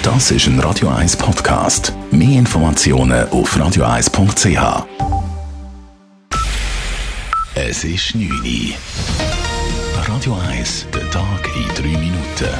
Das ist ein Radio 1 Podcast. Mehr Informationen auf radio1.ch. Es ist 9 Uhr. Radio 1, der Tag in 3 Minuten.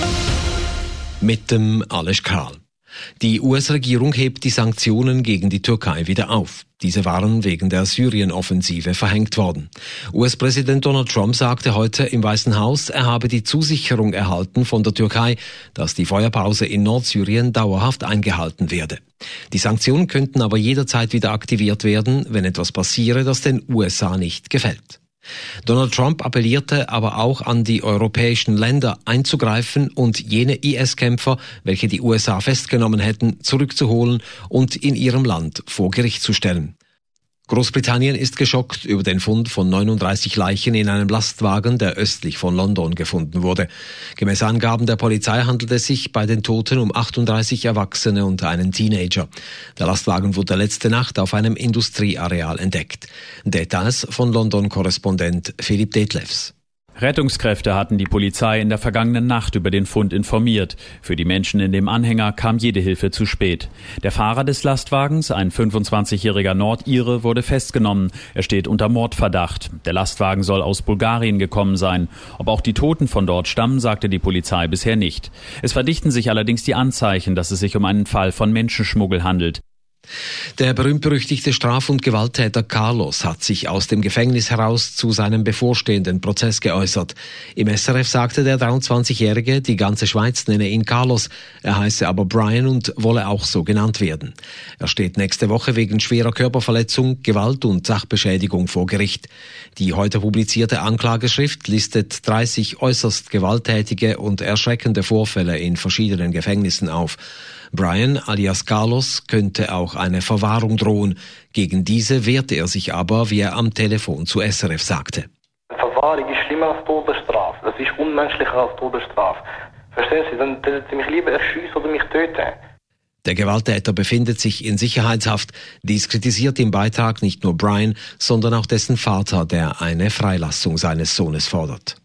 Mit dem Ales Kral. Die US-Regierung hebt die Sanktionen gegen die Türkei wieder auf. Diese waren wegen der Syrien-Offensive verhängt worden. US-Präsident Donald Trump sagte heute im Weißen Haus, er habe die Zusicherung erhalten von der Türkei, dass die Feuerpause in Nordsyrien dauerhaft eingehalten werde. Die Sanktionen könnten aber jederzeit wieder aktiviert werden, wenn etwas passiere, das den USA nicht gefällt. Donald Trump appellierte aber auch an die europäischen Länder einzugreifen und jene IS-Kämpfer, welche die USA festgenommen hätten, zurückzuholen und in ihrem Land vor Gericht zu stellen. Großbritannien ist geschockt über den Fund von 39 Leichen in einem Lastwagen, der östlich von London gefunden wurde. Gemäß Angaben der Polizei handelt es sich bei den Toten um 38 Erwachsene und einen Teenager. Der Lastwagen wurde letzte Nacht auf einem Industrieareal entdeckt. Details von London-Korrespondent Philipp Detlefs. Rettungskräfte hatten die Polizei in der vergangenen Nacht über den Fund informiert. Für die Menschen in dem Anhänger kam jede Hilfe zu spät. Der Fahrer des Lastwagens, ein 25-jähriger Nordire, wurde festgenommen. Er steht unter Mordverdacht. Der Lastwagen soll aus Bulgarien gekommen sein. Ob auch die Toten von dort stammen, sagte die Polizei bisher nicht. Es verdichten sich allerdings die Anzeichen, dass es sich um einen Fall von Menschenschmuggel handelt. Der berühmt-berüchtigte Straf- und Gewalttäter Carlos hat sich aus dem Gefängnis heraus zu seinem bevorstehenden Prozess geäußert. Im SRF sagte der 23-Jährige, die ganze Schweiz nenne ihn Carlos, er heiße aber Brian und wolle auch so genannt werden. Er steht nächste Woche wegen schwerer Körperverletzung, Gewalt und Sachbeschädigung vor Gericht. Die heute publizierte Anklageschrift listet 30 äußerst gewalttätige und erschreckende Vorfälle in verschiedenen Gefängnissen auf. Brian alias Carlos könnte auch eine Verwahrung drohen. Gegen diese wehrte er sich aber, wie er am Telefon zu SRF sagte. Verwahrung ist schlimmer als Todesstrafe. Das ist unmenschlicher als Todesstrafe. Verstehen Sie, dann würden Sie mich lieber erschießen oder mich töten. Der Gewalttäter befindet sich in Sicherheitshaft. Dies kritisiert im Beitrag nicht nur Brian, sondern auch dessen Vater, der eine Freilassung seines Sohnes fordert.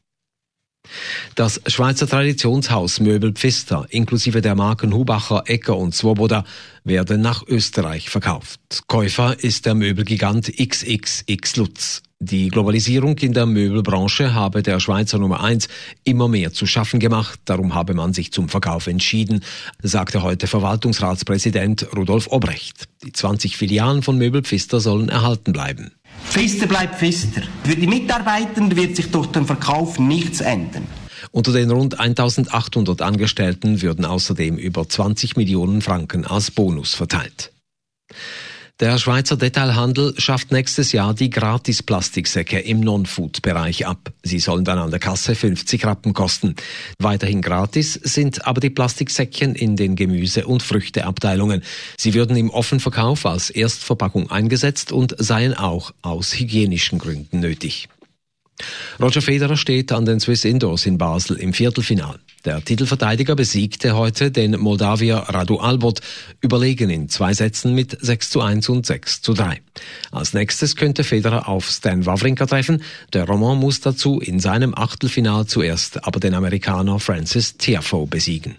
Das Schweizer Traditionshaus Möbel Pfister inklusive der Marken Hubacher, Ecker und Swoboda werden nach Österreich verkauft. Käufer ist der Möbelgigant XXX Lutz. Die Globalisierung in der Möbelbranche habe der Schweizer Nummer 1 immer mehr zu schaffen gemacht. Darum habe man sich zum Verkauf entschieden, sagte heute Verwaltungsratspräsident Rudolf Obrecht. Die 20 Filialen von Möbel Pfister sollen erhalten bleiben. Pfister bleibt Pfister. Für die Mitarbeitenden wird sich durch den Verkauf nichts ändern. Unter den rund 1800 Angestellten würden außerdem über 20 Millionen Franken als Bonus verteilt. Der Schweizer Detailhandel schafft nächstes Jahr die Gratis-Plastiksäcke im Non-Food-Bereich ab. Sie sollen dann an der Kasse 50 Rappen kosten. Weiterhin gratis sind aber die Plastiksäckchen in den Gemüse- und Früchteabteilungen. Sie würden im Offenverkauf als Erstverpackung eingesetzt und seien auch aus hygienischen Gründen nötig. Roger Federer steht an den Swiss Indoors in Basel im Viertelfinal. Der Titelverteidiger besiegte heute den Moldawier Radu Albot überlegen in 2 Sätzen mit 6:1 und 6:3. Als nächstes könnte Federer auf Stan Wawrinka treffen. Der Roman muss dazu in seinem Achtelfinal zuerst aber den Amerikaner Francis Tiafoe besiegen.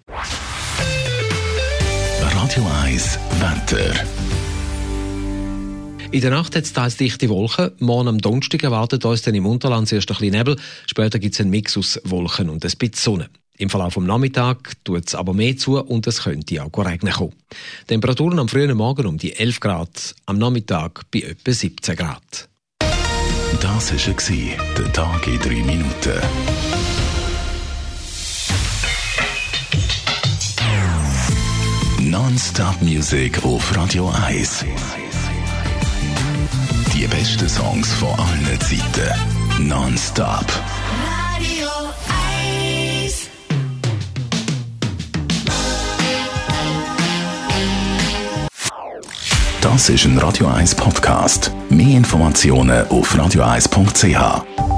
Radio 1 Wetter. In der Nacht hat es teils dichte Wolken. Morgen am Donnerstag erwartet uns dann im Unterland zuerst ein bisschen Nebel. Später gibt es einen Mix aus Wolken und ein bisschen Sonne. Im Verlauf des Nachmittags tut es aber mehr zu und es könnte auch regnen kommen. Temperaturen am frühen Morgen um die 11 Grad, am Nachmittag bei etwa 17 Grad. Das war der Tag in 3 Minuten. Non-Stop Music auf Radio 1. Die besten Songs von allen Zeiten. Non-Stop. Radio 1. Das ist ein Radio 1 Podcast. Mehr Informationen auf radio1.ch.